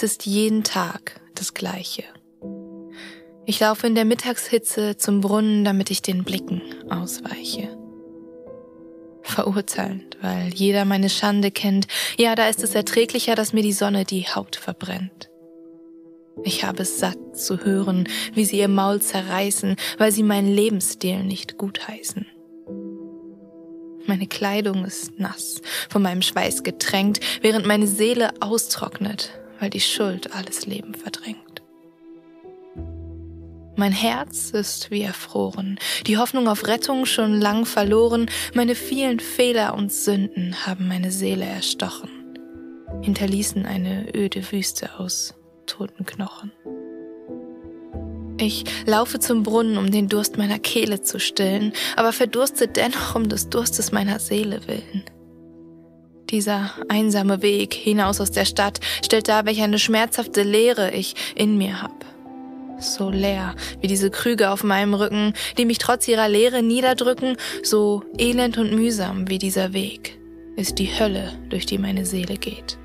ist jeden Tag das Gleiche. Ich laufe in der Mittagshitze zum Brunnen, damit ich den Blicken ausweiche. Verurteilend, weil jeder meine Schande kennt. Ja, da ist es erträglicher, dass mir die Sonne die Haut verbrennt. Ich habe es satt zu hören, wie sie ihr Maul zerreißen, weil sie meinen Lebensstil nicht gutheißen. Meine Kleidung ist nass, von meinem Schweiß getränkt, während meine Seele austrocknet, weil die Schuld alles Leben verdrängt. Mein Herz ist wie erfroren, die Hoffnung auf Rettung schon lang verloren, meine vielen Fehler und Sünden haben meine Seele erstochen, hinterließen eine öde Wüste aus toten Knochen. Ich laufe zum Brunnen, um den Durst meiner Kehle zu stillen, aber verdurste dennoch um des Durstes meiner Seele willen. Dieser einsame Weg hinaus aus der Stadt stellt dar, welch eine schmerzhafte Leere ich in mir hab. So leer wie diese Krüge auf meinem Rücken, die mich trotz ihrer Leere niederdrücken, so elend und mühsam wie dieser Weg ist die Hölle, durch die meine Seele geht.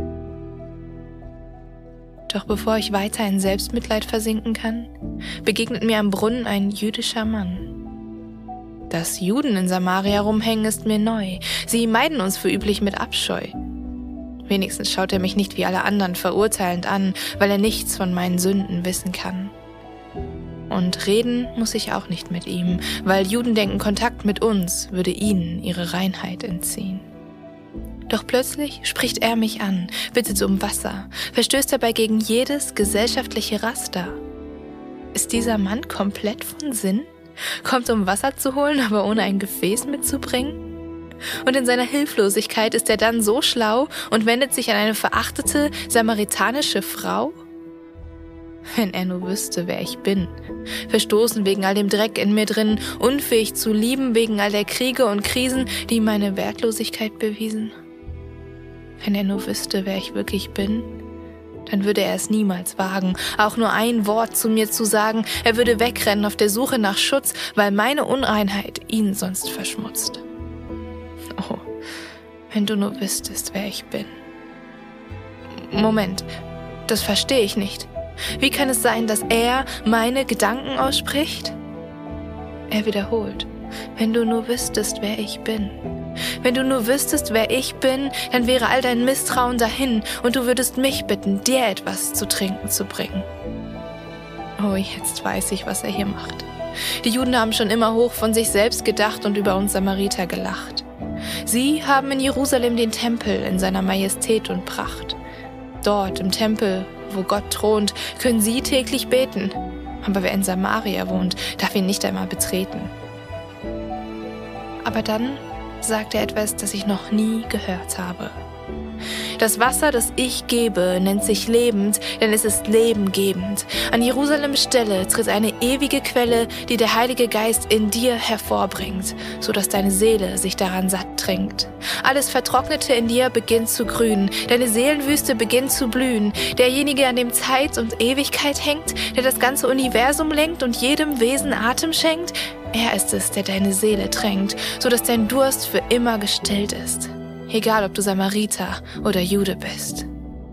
Doch bevor ich weiter in Selbstmitleid versinken kann, begegnet mir am Brunnen ein jüdischer Mann. Dass Juden in Samaria rumhängen, ist mir neu. Sie meiden uns für üblich mit Abscheu. Wenigstens schaut er mich nicht wie alle anderen verurteilend an, weil er nichts von meinen Sünden wissen kann. Und reden muss ich auch nicht mit ihm, weil Juden denken, Kontakt mit uns würde ihnen ihre Reinheit entziehen. Doch plötzlich spricht er mich an, bittet um Wasser, verstößt dabei gegen jedes gesellschaftliche Raster. Ist dieser Mann komplett von Sinn? Kommt, um Wasser zu holen, aber ohne ein Gefäß mitzubringen? Und in seiner Hilflosigkeit ist er dann so schlau und wendet sich an eine verachtete samaritanische Frau? Wenn er nur wüsste, wer ich bin, verstoßen wegen all dem Dreck in mir drin, unfähig zu lieben wegen all der Kriege und Krisen, die meine Wertlosigkeit bewiesen. Wenn er nur wüsste, wer ich wirklich bin, dann würde er es niemals wagen, auch nur ein Wort zu mir zu sagen. Er würde wegrennen auf der Suche nach Schutz, weil meine Unreinheit ihn sonst verschmutzt. Oh, wenn du nur wüsstest, wer ich bin. Moment, das verstehe ich nicht. Wie kann es sein, dass er meine Gedanken ausspricht? Er wiederholt, wenn du nur wüsstest, wer ich bin. Wenn du nur wüsstest, wer ich bin, dann wäre all dein Misstrauen dahin und du würdest mich bitten, dir etwas zu trinken zu bringen. Oh, jetzt weiß ich, was er hier macht. Die Juden haben schon immer hoch von sich selbst gedacht und über uns Samariter gelacht. Sie haben in Jerusalem den Tempel in seiner Majestät und Pracht. Dort im Tempel, wo Gott thront, können sie täglich beten. Aber wer in Samaria wohnt, darf ihn nicht einmal betreten. Aber dann sagt er etwas, das ich noch nie gehört habe. Das Wasser, das ich gebe, nennt sich lebend, denn es ist lebengebend. An Jerusalems Stelle tritt eine ewige Quelle, die der Heilige Geist in dir hervorbringt, so dass deine Seele sich daran satt trinkt. Alles Vertrocknete in dir beginnt zu grünen, deine Seelenwüste beginnt zu blühen. Derjenige, an dem Zeit und Ewigkeit hängt, der das ganze Universum lenkt und jedem Wesen Atem schenkt, er ist es, der deine Seele tränkt, so dass dein Durst für immer gestillt ist. Egal, ob du Samariter oder Jude bist.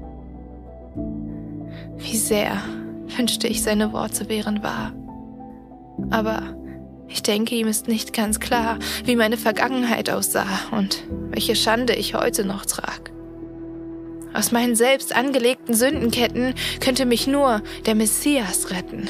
Wie sehr wünschte ich, seine Worte wären wahr. Aber ich denke, ihm ist nicht ganz klar, wie meine Vergangenheit aussah und welche Schande ich heute noch trag. Aus meinen selbst angelegten Sündenketten könnte mich nur der Messias retten.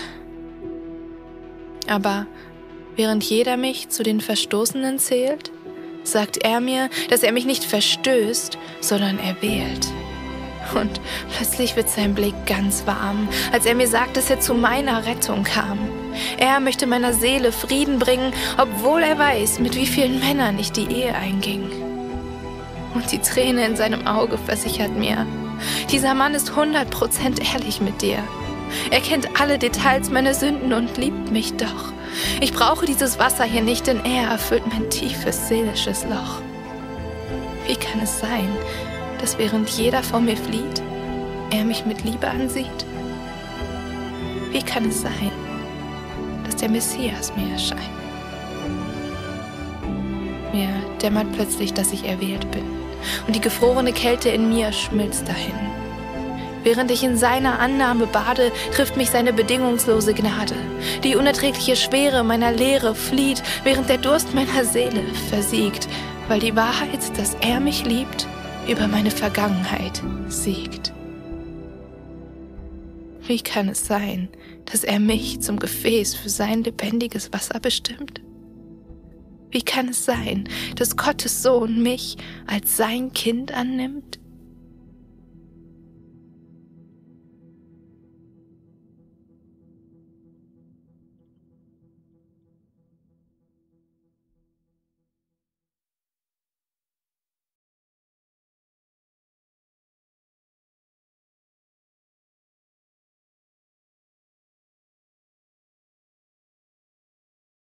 Aber während jeder mich zu den Verstoßenen zählt, sagt er mir, dass er mich nicht verstößt, sondern erwählt. Und plötzlich wird sein Blick ganz warm, als er mir sagt, dass er zu meiner Rettung kam. Er möchte meiner Seele Frieden bringen, obwohl er weiß, mit wie vielen Männern ich die Ehe einging. Und die Träne in seinem Auge versichert mir, dieser Mann ist 100% ehrlich mit dir. Er kennt alle Details meiner Sünden und liebt mich doch. Ich brauche dieses Wasser hier nicht, denn er erfüllt mein tiefes seelisches Loch. Wie kann es sein, dass während jeder vor mir flieht, er mich mit Liebe ansieht? Wie kann es sein, dass der Messias mir erscheint? Mir dämmert plötzlich, dass ich erwählt bin, und die gefrorene Kälte in mir schmilzt dahin. Während ich in seiner Annahme bade, trifft mich seine bedingungslose Gnade. Die unerträgliche Schwere meiner Leere flieht, während der Durst meiner Seele versiegt, weil die Wahrheit, dass er mich liebt, über meine Vergangenheit siegt. Wie kann es sein, dass er mich zum Gefäß für sein lebendiges Wasser bestimmt? Wie kann es sein, dass Gottes Sohn mich als sein Kind annimmt?